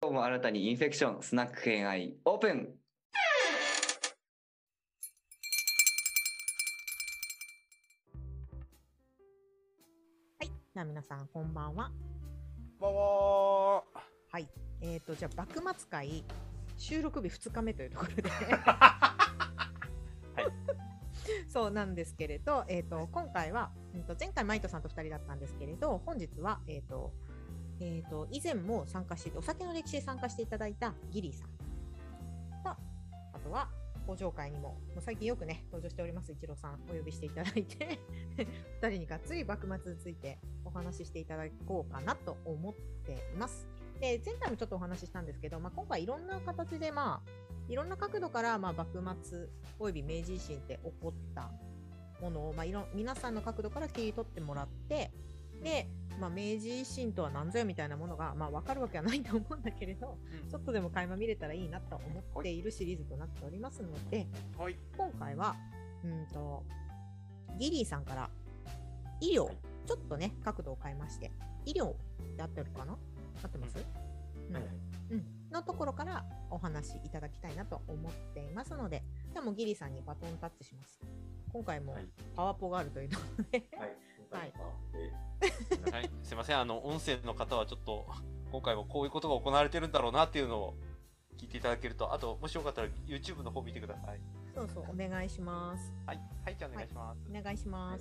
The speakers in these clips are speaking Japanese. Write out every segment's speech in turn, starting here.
今日も新たにインフェクションスナック偏愛オープン。 はい、じゃあ皆さんこんばんは。 こんばんは。 はい、じゃあ幕末会収録日2日目というところではいそうなんですけれど、今回は、前回マイトさんと2人だったんですけれど、本日は、以前も参加してお酒の歴史に参加していただいたギリーさんと、あとは工場会にも最近よくね登場しております一郎さんお呼びしていただいて2人にがっつり幕末についてお話ししていただこうかなと思っています。で、前回もちょっとお話ししたんですけど、今回いろんな形でいろんな角度から幕末および明治維新って起こったものを、皆さんの角度から切り取ってもらって、で、明治維新とは何ぞやみたいなものが、分かるわけはないと思うんだけれど、ちょっとでも垣間見れたらいいなと思っているシリーズとなっておりますので、今回はギリーさんから医療、ちょっとね角度を変えまして、医療で合ってるかな、合ってます？のところからお話いただきたいなと思っていますので、じゃあもうギリさんにバトンタッチします。今回もパワポがあるということで、 はい、すいません、音声の方はちょっと今回もこういうことが行われてるんだろうなっていうのを聞いていただけると、あともしよかったら YouTube の方見てください。 そうそう、お願いします。 はい、はい、じゃあお願いします。 お願いします。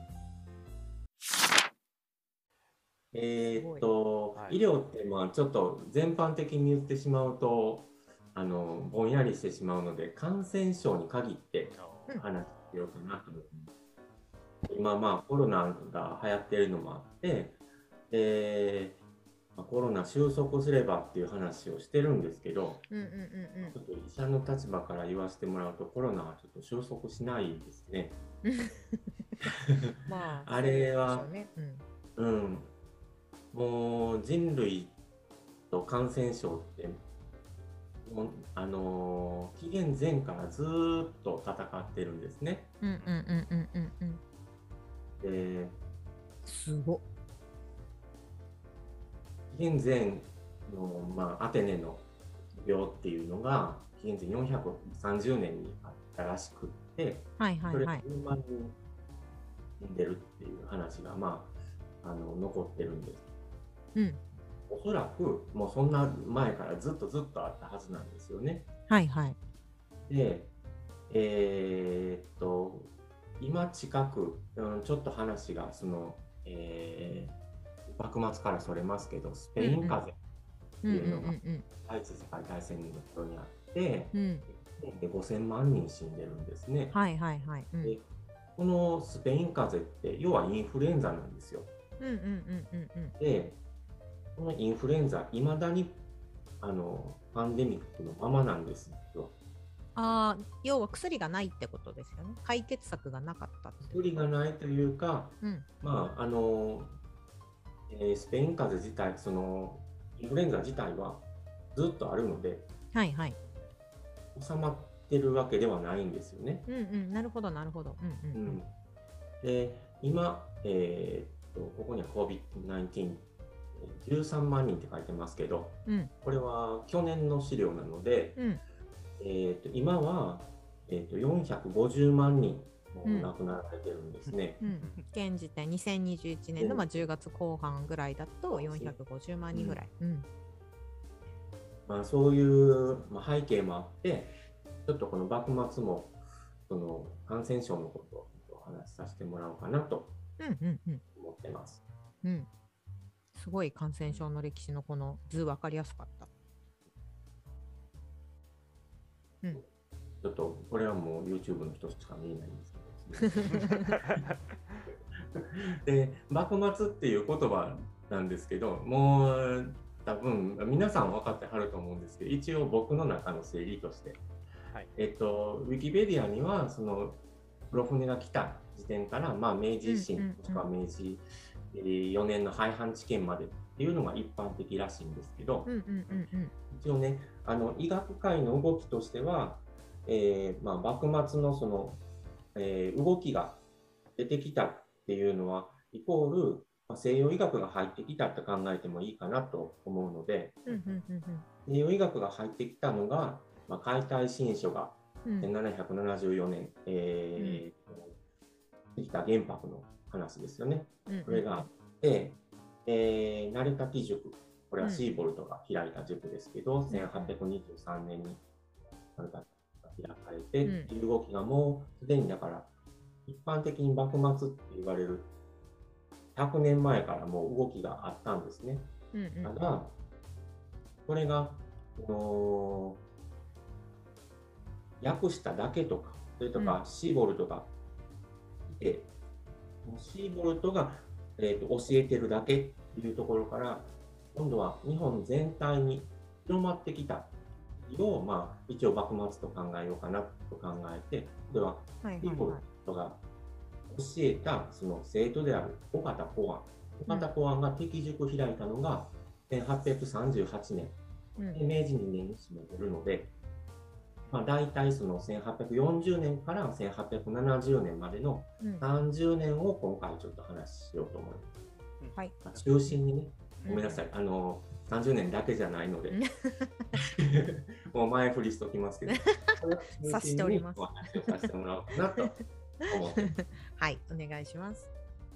医療ってちょっと全般的に言ってしまうとぼんやりしてしまうので、感染症に限って話しようかなと思ってます。今コロナが流行っているのもあって、コロナ収束すればっていう話をしてるんですけど、ちょっと医者の立場から言わせてもらうと、コロナはちょっと収束しないですね。あれは、もう人類と感染症って紀元前からずっと戦ってるんですね。 すごっ。 紀元前の、アテネの病っていうのが紀元前430年にあったらしくって、それが10万人死んでるっていう話が、残ってるんです。おそらくもうそんな前からずっとあったはずなんですよね。で、今近く、ちょっと話が幕末からそれますけど、スペイン風邪っていうのが第一次世界大戦の頃にあって、で5000万人死んでるんですね。で、このスペイン風邪って要はインフルエンザなんですよ。で、このインフルエンザいまだにパンデミックのままなんですよ。 要は薬がないってことですよね。解決策がなかったって。 薬がないというか、スペイン風邪自体、インフルエンザ自体はずっとあるので、収まってるわけではないんですよね。 なるほどなるほど。 で、今、ここには COVID-19 13万人って書いてますけど、これは去年の資料なので、今は、450万人亡くなられてるんですね。 現時点2021年の10月後半ぐらいだと450万人ぐらい。 そういう背景もあって、ちょっとこの幕末も感染症のことをお話しさせてもらおうかなと思ってます。 すごい感染症の歴史のこの図分かりやすかった。 ちょっとこれはもう YouTube の人しか見えないんですけどで、幕末っていう言葉なんですけど、もう多分皆さん分かってはると思うんですけど、一応僕の中の整理として、ウィキペディアには黒船が来た時点から、明治維新もしくは明治4年の廃藩置県までっていうのが一般的らしいんですけど、一応ね、医学界の動きとしては、幕末の動きが出てきたっていうのはイコール西洋医学が入ってきたと考えてもいいかなと思うので、西洋医学が入ってきたのが、解体新書が1774年、できた玄白の話ですよね。これがあって、成滝塾、これはシーボルトが開いた塾ですけど、1823年に成滝が開かれてっていう動きがもうすでにだから一般的に幕末って言われる100年前からもう動きがあったんですね。ただこれが訳しただけとか、それとかシーボルトがいて、シーボルトが、教えてるだけっていうところから、今度は日本全体に広まってきたを、一応幕末と考えようかなと考えて、これはシーボルトが教えたその生徒である尾形公安。尾形公安が適塾開いたのが1838年、明治2年に締めてるので、大体その1840年から1870年までの30年を今回ちょっと話しようと思います。中心にね、ごめんなさい、30年だけじゃないので、もう前振りしときますけど、 察しております。 お話をさせてもらおうかなと思ってます。 はい、お願いします。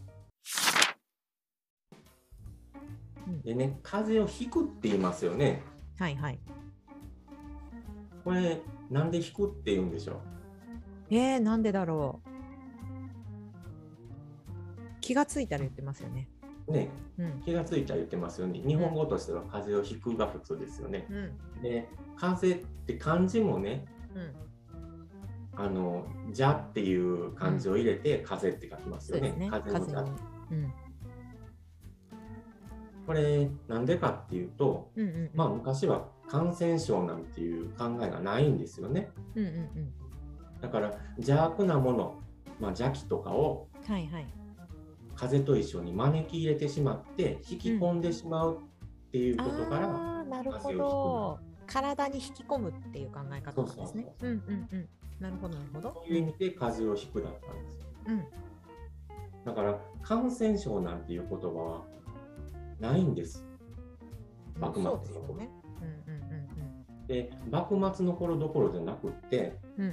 でね、風邪をひくって言いますよね。 はいはい。 これなんで引くって言うんでしょう。 なんでだろう。気がついたら言ってますよね。 ね、気がついたら言ってますよね。日本語としては風邪をひくが普通ですよね。で、風邪って漢字もね、じゃっていう漢字を入れて風って書きますよね。風のじゃ。これなんでかっていうと、昔は感染症なんていう考えがないんですよね。だから邪悪なもの、邪気とかを風と一緒に招き入れてしまって引き込んでしまうっていうことから、 なるほど。体に引き込むっていう考え方なんですね。なるほどなるほど。 そういう意味で風邪をひくだったんですよ。だから感染症なんていう言葉はないんです。幕末の頃。で、幕末の頃どころじゃなくって、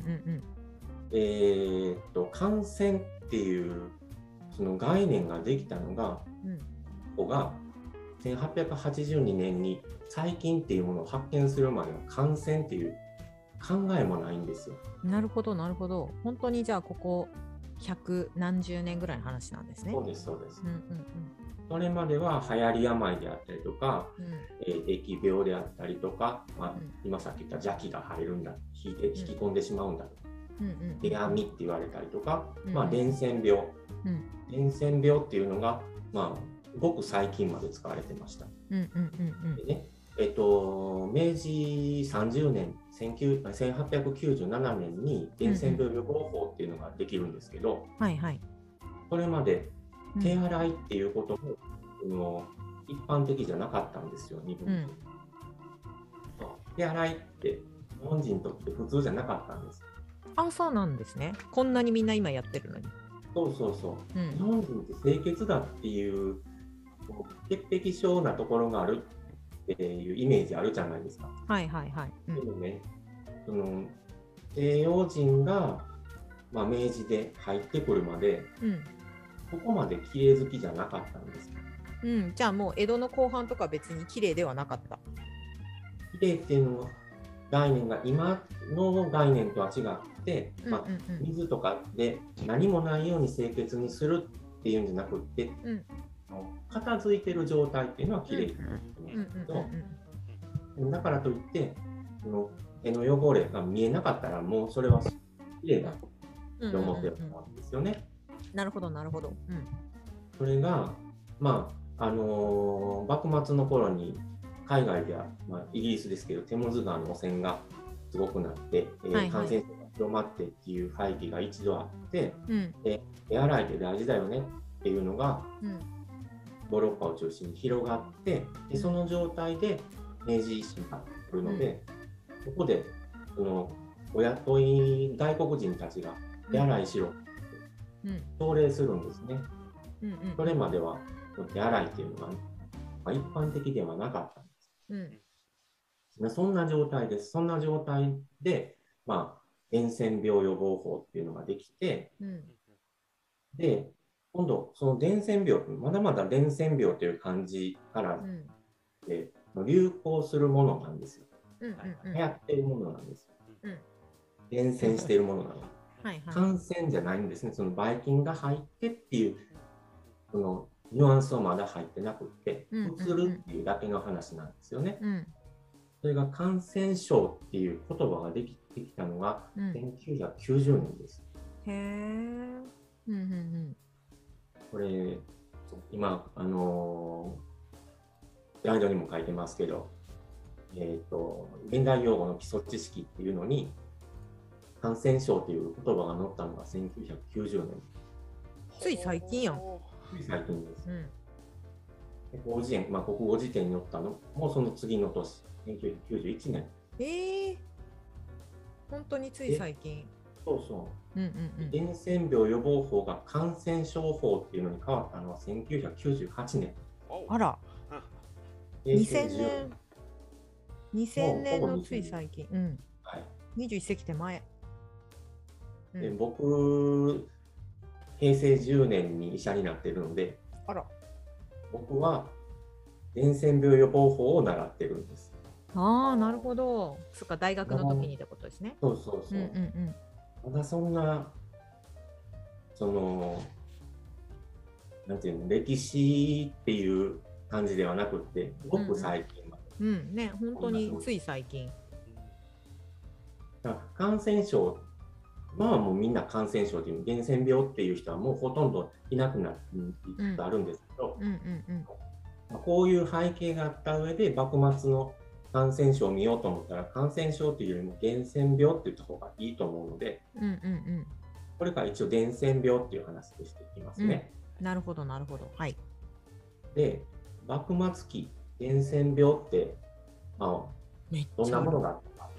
感染っていうその概念ができたのが、ここが1882年に細菌っていうものを発見するまでの感染っていう考えもないんですよ。 なるほどなるほど。本当にじゃあここ100何十年ぐらいの話なんですね。 そうですそうです。それまでは流行り病であったりとか、疫病であったりとか、今さっき言った邪気が入るんだ、引き込んでしまうんだとか、手闇って言われたりとか、伝染病、伝染病っていうのが、ごく最近まで使われてました。でね、明治30年、1897年に伝染病予防法っていうのができるんですけど、それまで手洗いっていうことも、一般的じゃなかったんですよ、日本人。手洗いって日本人にとって普通じゃなかったんです。 そうなんですね。こんなにみんな今やってるのに。 そうそうそう。日本人って清潔だっていう潔癖症なところがあるっていうイメージあるじゃないですか。でもね、その西洋人が、明治で入ってくるまで、ここまで綺麗好きじゃなかったんです。 じゃあもう江戸の後半とか別に綺麗ではなかった。 綺麗っていうのは概念が今の概念とは違って、水とかで何もないように清潔にするっていうんじゃなくって、片付いてる状態っていうのは綺麗なんですけど、だからといってその手の汚れが見えなかったらもうそれは綺麗だと思ってるんですよね。 なるほどなるほど。 それが幕末の頃に海外では、イギリスですけどテムズ川の汚染がすごくなって、感染症が広まってっていう背景が一度あって、手洗いって大事だよねっていうのが、ヨーロッパを中心に広がって、でその状態で明治維新が来るので、ここでそのお雇い外国人たちが手洗いしろって奨励するんですね。それまでは手洗いっていうのが、一般的ではなかったんです。そんな状態です。そんな状態で、伝染病予防法っていうのができて、で、今度、その伝染病、まだまだ伝染病という漢字からで、流行するものなんですよ。流行っているものなんですよ。伝染しているものなの。感染じゃないんですね。そのばい菌が入ってっていう、そのニュアンスはまだ入ってなくて、うつるっていうだけの話なんですよね。それが感染症っていう言葉ができてきたのが1990年です。 へえ。 これ、今、スライドにも書いてますけど、現代用語の基礎知識っていうのに、感染症という言葉が載ったのが1990年。 つい最近やん。 つい最近です。国語辞典、国語辞典に載ったのもその次の年、1991年。 本当につい最近。 そうそう。伝染病予防法が感染症法っていうのに変わったのは1998年。 あら。2000年のつい最近。21世紀手前。 で僕、平成10年に医者になっているので、僕は伝染病予防法を習ってるんです。 ああ、なるほど。そっか、大学の時にってことですね。 そうそうそう。まだそんな、なんていうの、歴史っていう感じではなくて、ごく最近まで。 本当につい最近。 感染症、もうみんな感染症という伝染病っていう人はもうほとんどいなくなってあるんですけど、こういう背景があった上で幕末の感染症を見ようと思ったら、感染症というよりも伝染病って言った方がいいと思うので、これから一応伝染病っていう話でしていきますね。 なるほどなるほど。はい。 で、幕末期伝染病って、どんなものがあったか。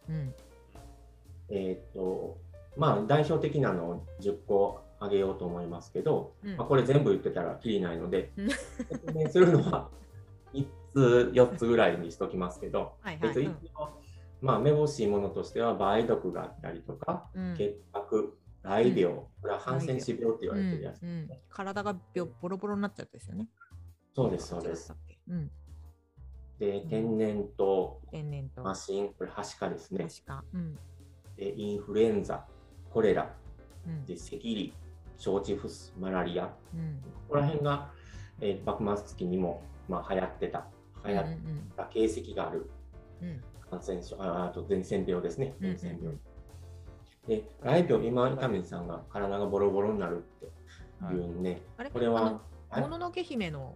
代表的なのを10個挙げようと思いますけど、これ全部言ってたらきりないので、説明するのは3つ、4つぐらいにしときますけど、一応、めぼしいものとしては、梅毒があったりとか、結核、大病、これはハンセン氏病って言われてるやつ、 体がボロボロになっちゃったですよね。 そうです、そうです。で、天然痘、麻疹、これはしかですね。で、インフルエンザ、コレラ、で赤痢、承知不ス、マラリア、ここら辺が、幕末期にも、流行った形跡がある感染症、あと伝染病ですね、伝染病。で、雷病、今、伊丹さんが体がボロボロになるっていうね、これは、 もののけ姫の、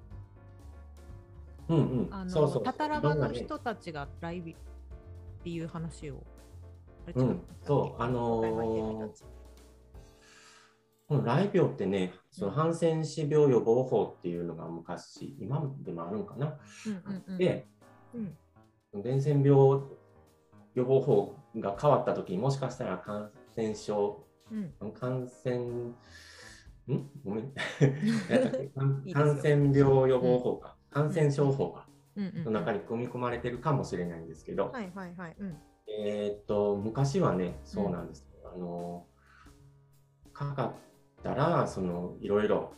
タタラバの人たちが雷病っていう話を。 そう、雷病ってね、そのハンセン氏病予防法っていうのが昔、今でもあるんかな。で、伝染病予防法が変わったときにもしかしたら感染症、ごめん感染病予防法か、感染症法がの中に組み込まれてるかもしれないんですけど、昔はね、そうなんです。かかったら、いろいろ、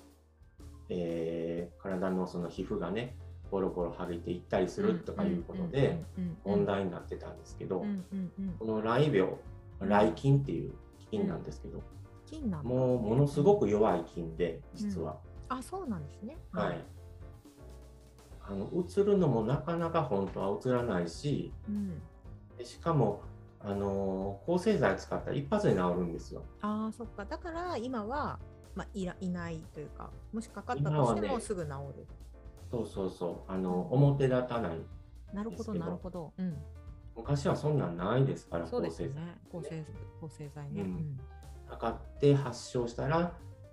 体のその皮膚がね、ボロボロ剥げていったりするとかいうことで問題になってたんですけど、この雷病、雷菌っていう菌なんですけど、もうものすごく弱い菌で、実は。 そうなんですね。 はい。うつるのもなかなか本当はうつらないし、しかも抗生剤使ったら一発で治るんですよ。 そっか。だから今は、いないというか、もしかかったとしてもすぐ治る。 そうそうそう。表立たない。 なるほど、なるほど。 昔はそんなんないですから、 抗生剤。抗生剤ね。 かかって発症したら、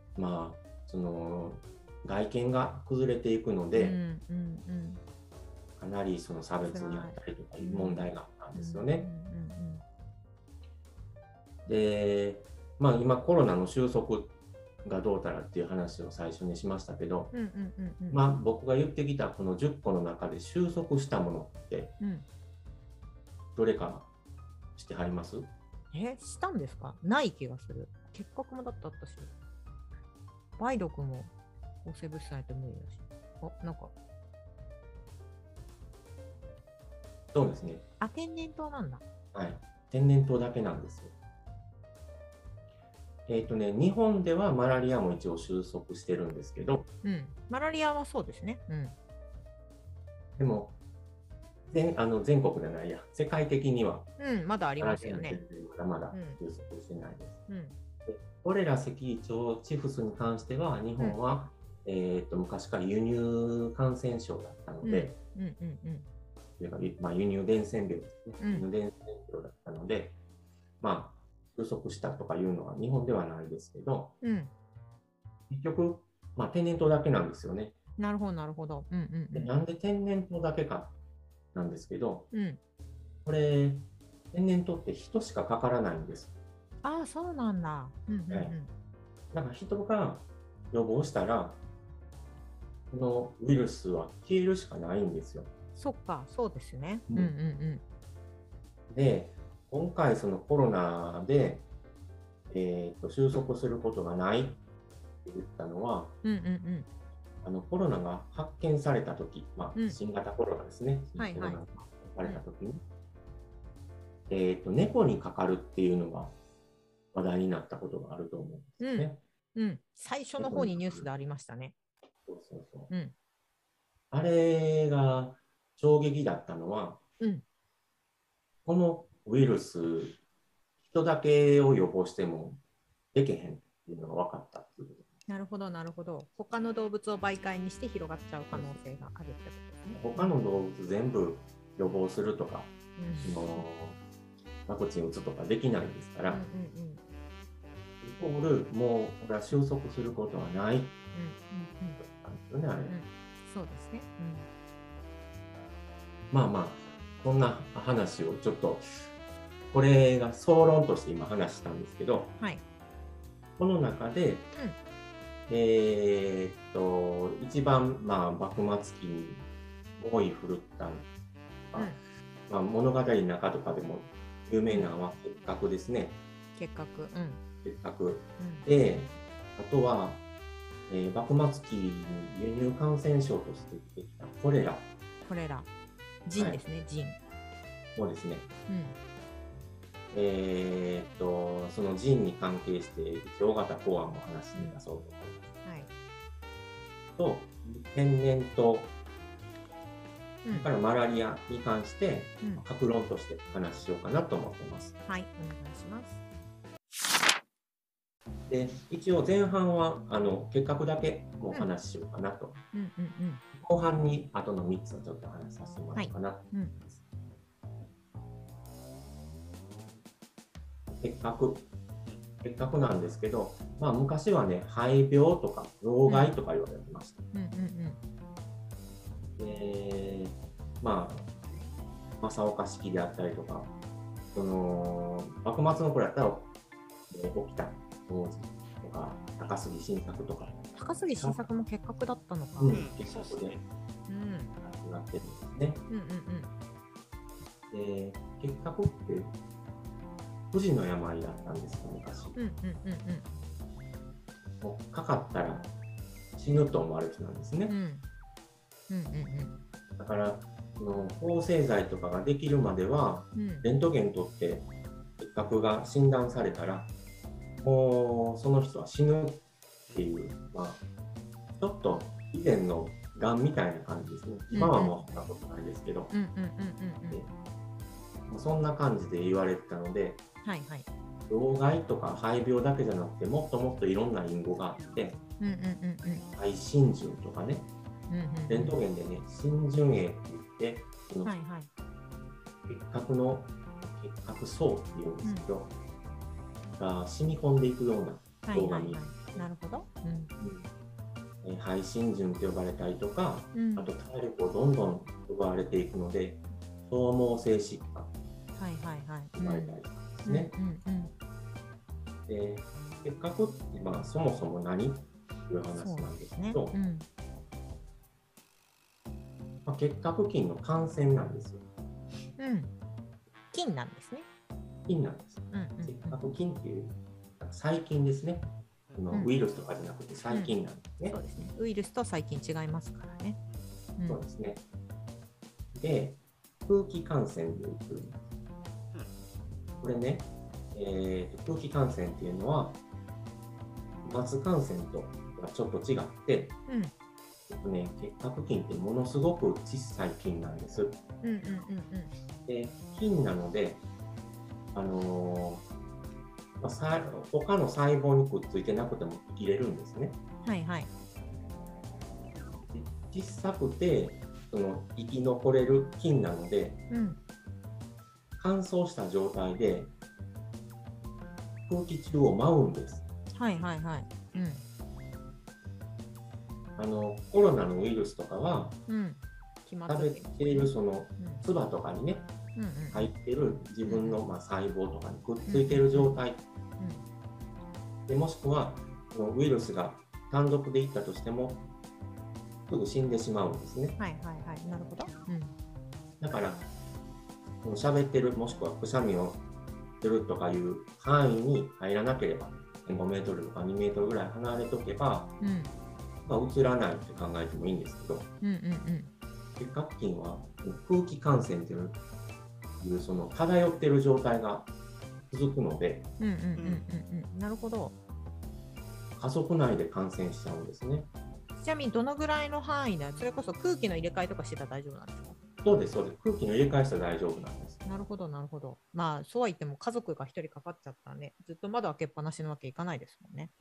外見が崩れていくので、かなりその差別にあったりとかいう問題があったんですよね。で、今コロナの収束がどうたらっていう話を最初にしましたけど、 うんうんうんうん。 まあ僕が言ってきたこの10個の中で収束したものってうん。 どれかしてはります？ したんですか？ない気がする。結核もだったし。梅毒も抗生物質ないと無理だし。なんか。 そうですね。 天然痘なんだ。 はい。天然痘だけなんですよ。日本ではマラリアも一応収束してるんですけど、 マラリアはそうですね。 でも全国じゃないや、世界的にはまだありますよね。 まだ収束してないです。でコレラ、赤痢症、チフスに関しては日本は、昔から輸入感染症だったので、輸入伝染病ですね。輸入伝染病だったので、まあ収束したとかいうのは日本ではないですけど、結局、天然痘だけなんですよね。 なるほど、なるほど。 でなんで天然痘だけかなんですけど、これ、天然痘って人しかかからないんです。 ああ、そうなんだ。 なんか人が予防したら、このウイルスは消えるしかないんですよ。 そっか、そうですね。 で、今回そのコロナで、収束することがないって言ったのは、コロナが発見されたとき、新型コロナですね。コロナが発見されたときに、猫にかかるっていうのが話題になったことがあると思うんですね。 最初の方にニュースでありましたね。 あれが衝撃だったのは、このウイルス、人だけを予防してもできへんっていうのが分かったっていうこと。 なるほど、なるほど。他の動物を媒介にして広がっちゃう可能性があるってことですね。 他の動物全部予防するとか、ワクチン打つとかできないですから、イコール、もうこれは収束することはないってことなんですよね、あれ。 そうですね。 そんな話をちょっと、これが総論として今話したんですけど、この中で、一番、幕末期に猛威振るったのは、物語の中とかでも有名なのは結核ですね。 結核。 結核。で、あとは、幕末期に輸入感染症として出てきたコレラ。 腎ですね、腎。 そうですね。その腎に関係している大型公安も話してみたそうと思います。と、天然痘、それからマラリアに関して、各論として話しようかなと思っています。 はい、お願いします。 で、一応前半は結核だけお話ししようかなと。後半にあとの3つをちょっと話させてもらおうかなと思います。結核なんですけど、昔はね、肺病とか老害とか言われてました。正岡式であったりとか、幕末の頃やったら起きた当時とか、高杉晋作とか。 高杉晋作も結核だったのか。 結核でなってるんですね。で、結核って不治の病だったんですよ、昔。もうかかったら死ぬと思われてたんですね。だから抗生剤とかができるまでは、レントゲン取って結核が診断されたらもうその人は死ぬっていう、ちょっと以前のがんみたいな感じですね。今はもうそんなことないですけど、そんな感じで言われてたので、老害とか肺病だけじゃなくて、もっともっといろんな因果があって、肺浸潤とかね、レントゲンでね、浸潤液って言って、結核の結核層っていうんですけど、が染み込んでいくような動画に、 なるほど。 肺浸潤と呼ばれたりとか、あと体力をどんどん奪われていくので、総毛性疾患と呼ばれたりですね。で、 結核ってまあそもそも何っていう話なんですけど、まあ、結核菌の感染なんですよ。 菌なんですね。 菌なんです。結核菌っていう細菌ですね。ウイルスとかじゃなくて細菌なんですね。 そうですね。ウイルスと細菌違いますからね。 そうですね。で、空気感染でいうと、これね、空気感染っていうのは、マツ感染とはちょっと違って、結核菌ってものすごく小さい菌なんです。で、菌なので、他の細胞にくっついてなくても生きれるんですね。 はいはい。 小さくて生き残れる菌なので、乾燥した状態で空気中を舞うんです。 はいはいはい。 コロナのウイルスとかは、食べている唾とかにね、入ってる自分の細胞とかにくっついている状態、でもしくはウイルスが単独でいったとしてもすぐ死んでしまうんですね。 はいはいはい、なるほど。 だから喋ってるもしくはくしゃみをするとかいう範囲に入らなければ5メートルとか2メートルぐらい離れとけば、うつらないって考えてもいいんですけど、結核菌は空気感染という漂ってる状態が続くので、 なるほど。 家族内で感染しちゃうんですね。 ちなみにどのぐらいの範囲で、それこそ空気の入れ替えとかしてたら大丈夫なんですか？ そうですそうです。空気の入れ替えしたら大丈夫なんです。 なるほどなるほど。まあそうは言っても家族が一人かかっちゃったらね、ずっと窓開けっぱなしのわけいかないですもんね。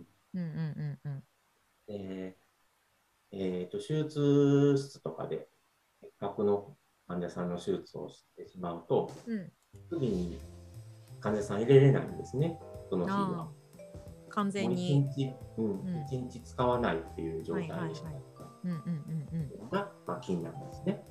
手術室とかで結核の患者さんの手術をしてしまうと、次に患者さん入れれないんですね、その日は。 完全に 1日使わないっていう状態にしたのが菌なんですね。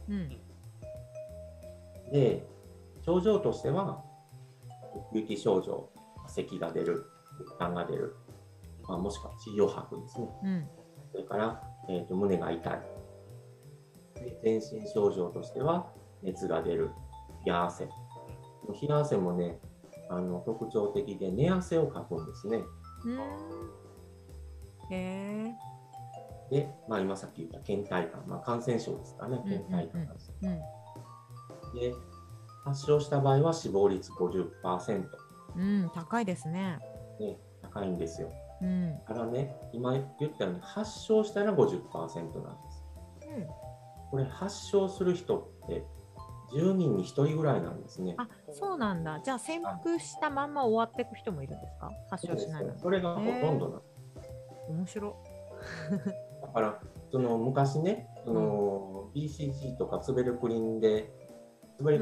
で、症状としては、呼吸症状、咳が出る、痰が出る、もしくは治療吐くですね。それから、胸が痛い。で、全身症状としては、熱が出る、冷や汗。冷や汗もね、特徴的で寝汗をかくんですね。で、今さっき言った倦怠感、感染症ですかね、倦怠感です。で、発症した場合は死亡率 50%。 高いですね。 高いんですよ。だからね、今言ったように発症したら 50% なんです。これ発症する人って10人に1人ぐらいなんですね。 あ、そうなんだ。じゃあ潜伏したまんま終わっていく人もいるんですか？発症しないのに。 それがほとんどなんです。 面白。 だから昔ね、BCG とかツベルクリンで結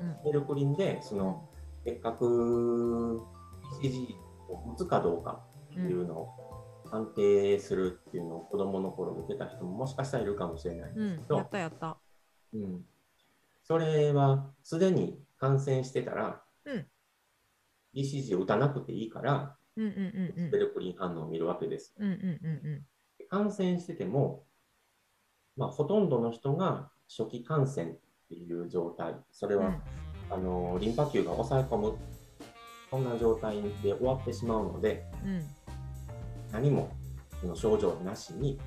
核 BCG を打つかどうかっていうのを判定するっていうのを子供の頃受けた人ももしかしたらいるかもしれないんですけど、 やったやった。 それはすでに感染してたら、BCG を打たなくていいから、ツベルクリン反応を見るわけです。感染してても、ほとんどの人が初期感染っていう状態、それは、リンパ球が抑え込む、そんな状態で終わってしまうので、何も症状なしに、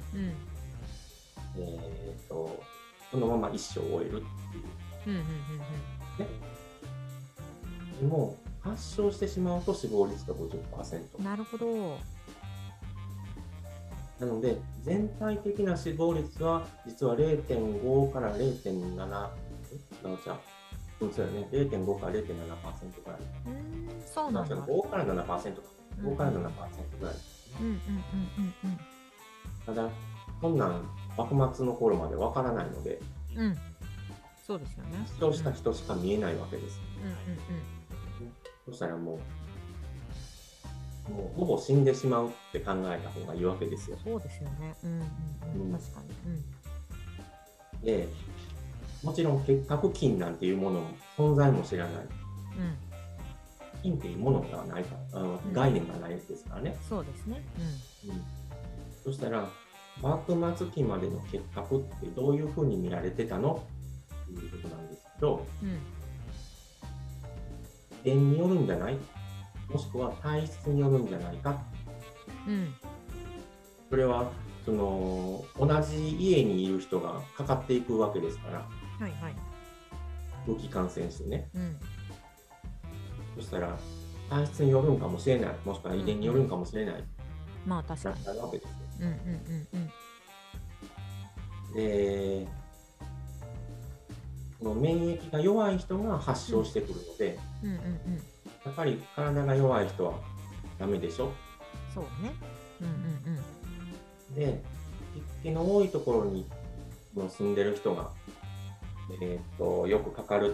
そのまま一生を終えるっていう。でも発症してしまうと死亡率が 50%。 なるほど。 なので全体的な死亡率は実は 0.5 から 0.7 そうやね、0.5 から 0.7% ぐらい。 そうなんだ。 5から 7% か。5から 7% ぐらい。ただ、そんなん幕末の頃までわからないので、 そうですよね。 発症した人しか見えないわけです。そしたらもうほぼ死んでしまうって考えた方がいいわけですよ。 そうですよね。確かに。 で、もちろん結核菌なんていうものも存在も知らない。 金っていうものがないか、概念がないですからね。 そうですね。 そしたら、幕末期までの結核ってどういうふうに見られてたのっていうことなんですけど、遺伝によるんじゃない、もしくは体質によるんじゃないか。それはその同じ家にいる人がかかっていくわけですから、空気感染してね。そしたら体質によるんかもしれない、もしくは遺伝によるんかもしれない。 まあ確かに。 なるわけですよ。 で、 この免疫が弱い人が発症してくるので、やっぱり体が弱い人はダメでしょ。 そうね。 で、湿気の多いところに住んでる人が、よくかかる、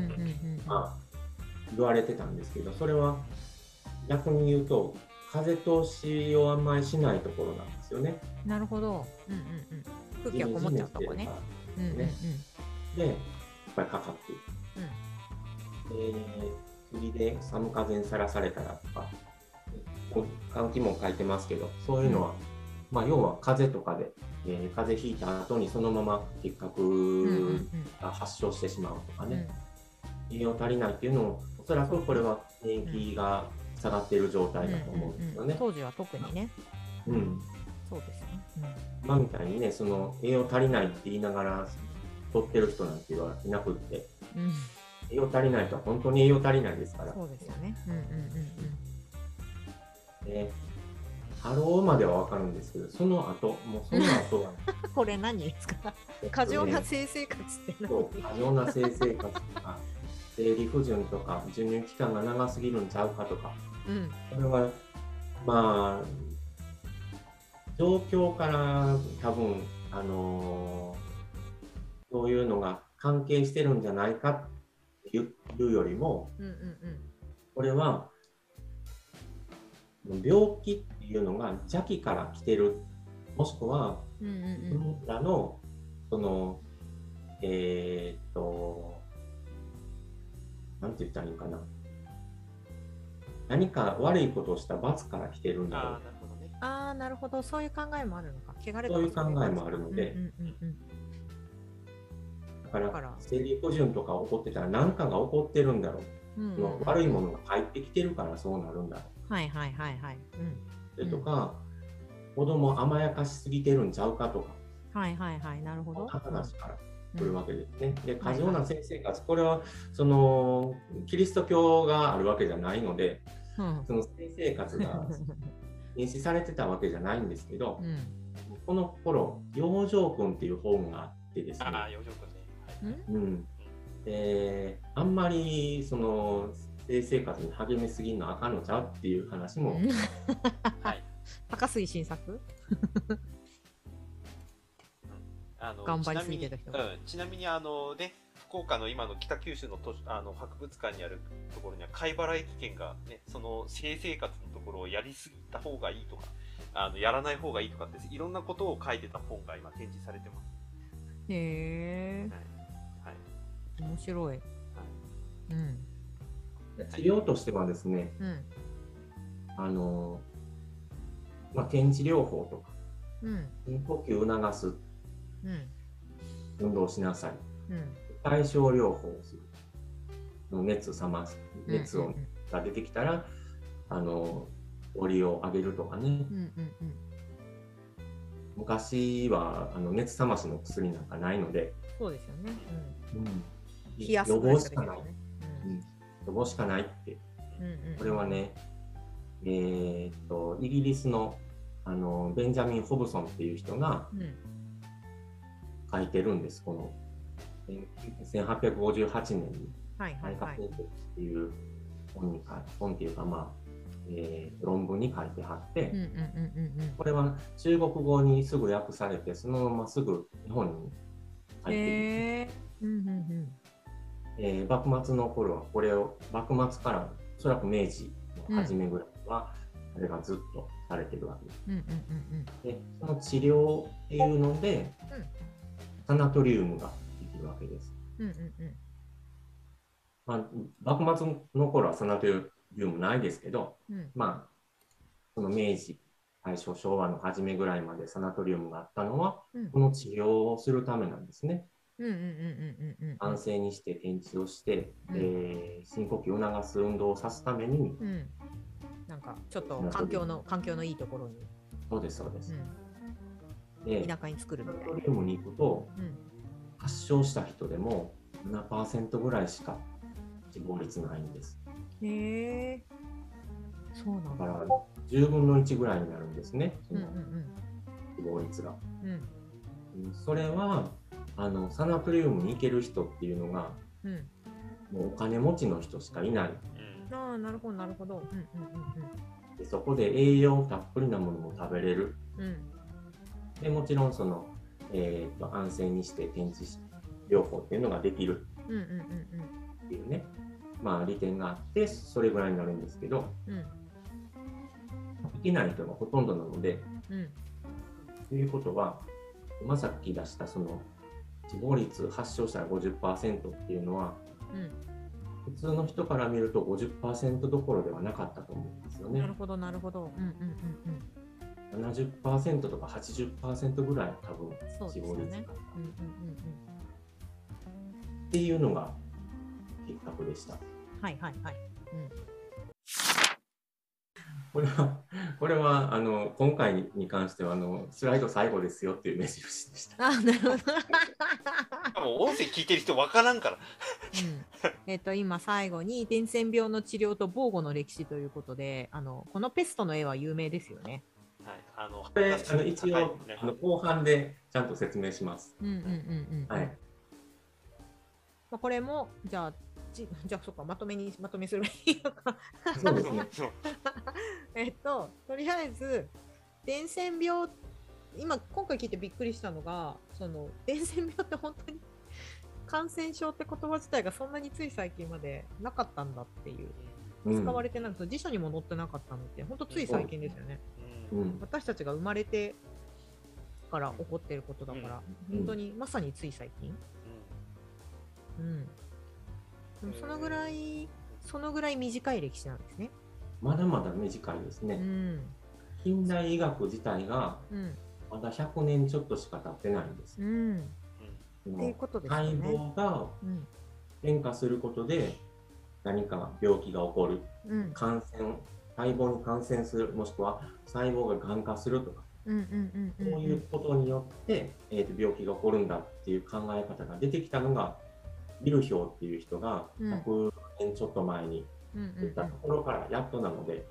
言われてたんですけど、それは逆に言うと風通しをあんまりしないところなんですよね。 なるほど。空気がこもっちゃうとこね。 で、やっぱりかかっていく。釣りで寒風にさらされたらとか、換気も書いてますけど、そういうのは、要は風邪とかで、風邪ひいた後にそのまま結核が発症してしまうとかね、栄養足りないっていうのも、おそらくこれは免疫が下がっている状態だと思うんですよね。 当時は特にね。そうですね。 今みたいにね、その栄養足りないって言いながら取ってる人なんていなくって、栄養足りないとは本当に栄養足りないですから。 そうですよね。 ハローまでは分かるんですけど、その後はこれ何ですか？過剰な性生活って何？ 過剰な性生活とか、生理不順とか、授乳期間が長すぎるんちゃうかとか、これは状況から多分そういうのが関係してるんじゃないかっていうよりも、これは病気っていうのが邪気から来てる、もしくは自分らのそのなんて言ったらいいかな、何か悪いことをした罰から来てるんだろう。 なるほど。そういう考えもあるのか。 そういう考えもあるので、だから生理不順とか起こってたら何かが起こってるんだろう。悪いものが入ってきてるからそうなるんだろう。それとか、子供甘やかしすぎてるんちゃうかとか。 なるほど。 話から来るわけですね。で、過剰な性生活、これはそのキリスト教があるわけじゃないので、その性生活が禁止されてたわけじゃないんですけど、この頃、養生訓っていう本があってですね。 養生訓ね。あんまりその性生活に励みすぎるのあかんのちゃうっていう話も。 高杉晋作頑張りすぎてた人。 ちなみに福岡の今の北九州の博物館にあるところには貝原駅券がね、その性生活のところをやりすぎた方がいいとか、やらない方がいいとかっていろんなことを書いてた本が今展示されてます。 へえ。面白い。 治療としてはですね、検知療法とか、深呼吸を促す、運動しなさい、対症療法をする、熱が出てきたら氷をあげるとかね。昔は熱冷ましの薬なんかないので、 そうですよね。 冷やす予防しかない。予防しかないって。これはね、イギリスのベンジャミン・ホブソンっていう人が書いてるんです。この1858年に内科研究っていう本っていうか論文に書いてはって、これは中国語にすぐ訳されてそのまますぐ日本に入ってきて、幕末の頃はこれを幕末からおそらく明治の初めぐらいはこれがずっとされてるわけです。でその治療っていうので、サナトリウムができるわけです。幕末の頃はサナトリウリウムないですけど、まあ、その明治、大正、昭和の初めぐらいまでサナトリウムがあったのは、この治療をするためなんですね。安静にして転地をして、深呼吸を促す運動をさすために、 なんかちょっと環境のいいところに。 そうです、そうです。 田舎に作るみたいな。 サナトリウムに行くと、発症した人でも 7% ぐらいしか死亡率ないんです。 へえ、そうなんだ。 だから10分の1ぐらいになるんですね、その死亡率が。それはサナトリウムに行ける人っていうのが、もうお金持ちの人しかいない。 ああ、なるほどなるほど。 でそこで栄養たっぷりなものも食べれる。でもちろんその、安静にして転地療法っていうのができるっていうね、まあ利点があってそれぐらいになるんですけど、できない人がほとんどなので、ということは、さっき出したその死亡率発症したら 50% っていうのは、普通の人から見ると 50% どころではなかったと思うんですよね。 なるほどなるほど。 70% とか 80% ぐらい多分死亡率だったっていうのが結果でした。 はいはいはい。 これは今回に関してはスライド最後ですよっていう目印でした。 あ、なるほど。 もう音声聞いてる人わからんから。 今最後に伝染病の治療と防護の歴史ということで、このペストの絵は有名ですよね。 はい、これ一応後半でちゃんと説明します。はい。 これもじゃあそっか、まとめすればいいのか。 そうですね。 とりあえず伝染病、今回聞いてびっくりしたのが、その伝染病って本当に感染症って言葉自体がそんなについ最近までなかったんだっていう、使われてなくて、辞書にも載ってなかったのって本当つい最近ですよね。私たちが生まれてから起こっていることだから、本当にまさについ最近。でもそのぐらい短い歴史なんですね。 まだまだ短いですね。近代医学自体がまだ100年ちょっとしか経ってないんです。 っていうことですね。 細胞が変化することで何か病気が起こる、細胞に感染する、もしくは細胞ががん化するとか、そういうことによって、病気が起こるんだっていう考え方が出てきたのがビルヒョーっていう人が100年ちょっと前に言ったところからやっとなので、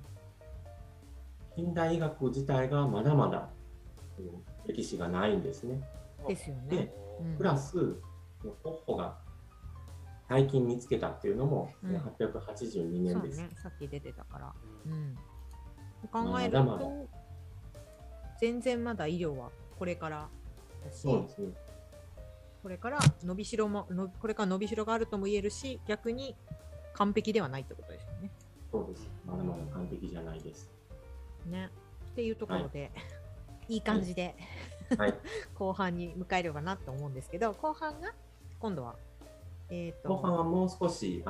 近代医学自体がまだまだ歴史がないんですね。 ですよね。 でプラスホッホが最近見つけたっていうのも1882年です。 そうね、さっき出てたから。考えると全然まだ医療はこれからだし、 そうですね。 これから伸びしろがあるとも言えるし、逆に完璧ではないってことですよね。 そうです。まだまだ完璧じゃないです。 ね。っていうところで、いい感じで、後半に迎えればなと思うんですけど、後半が今度は、 後半はもう少し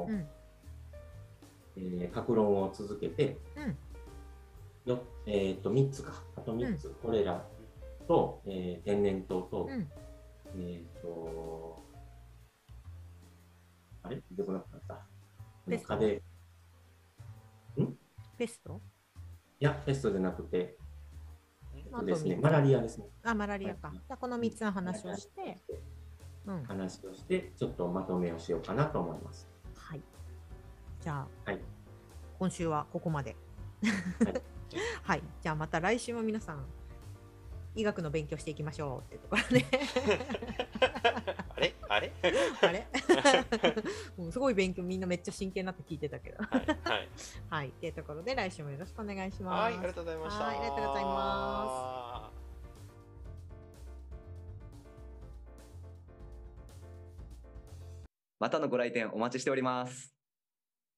各論を続けて、3つか、あと3つ、これらと、天然痘と、あれ出てこなかった。 ペスト？ペスト？ いや、ペストじゃなくて、ですね、マラリアですね。 あ、マラリアか。じゃあこの3つの話をして、 ちょっとまとめをしようかなと思います。 はい。じゃあ、今週はここまで。はい。じゃあまた来週も皆さん、医学の勉強していきましょうってところで、ね。 あれすごい勉強、みんなめっちゃ真剣になって聞いてたけど。はい。っていうところで来週もよろしくお願いします。 はい、ありがとうございました。 ありがとうございます。 またのご来店お待ちしております。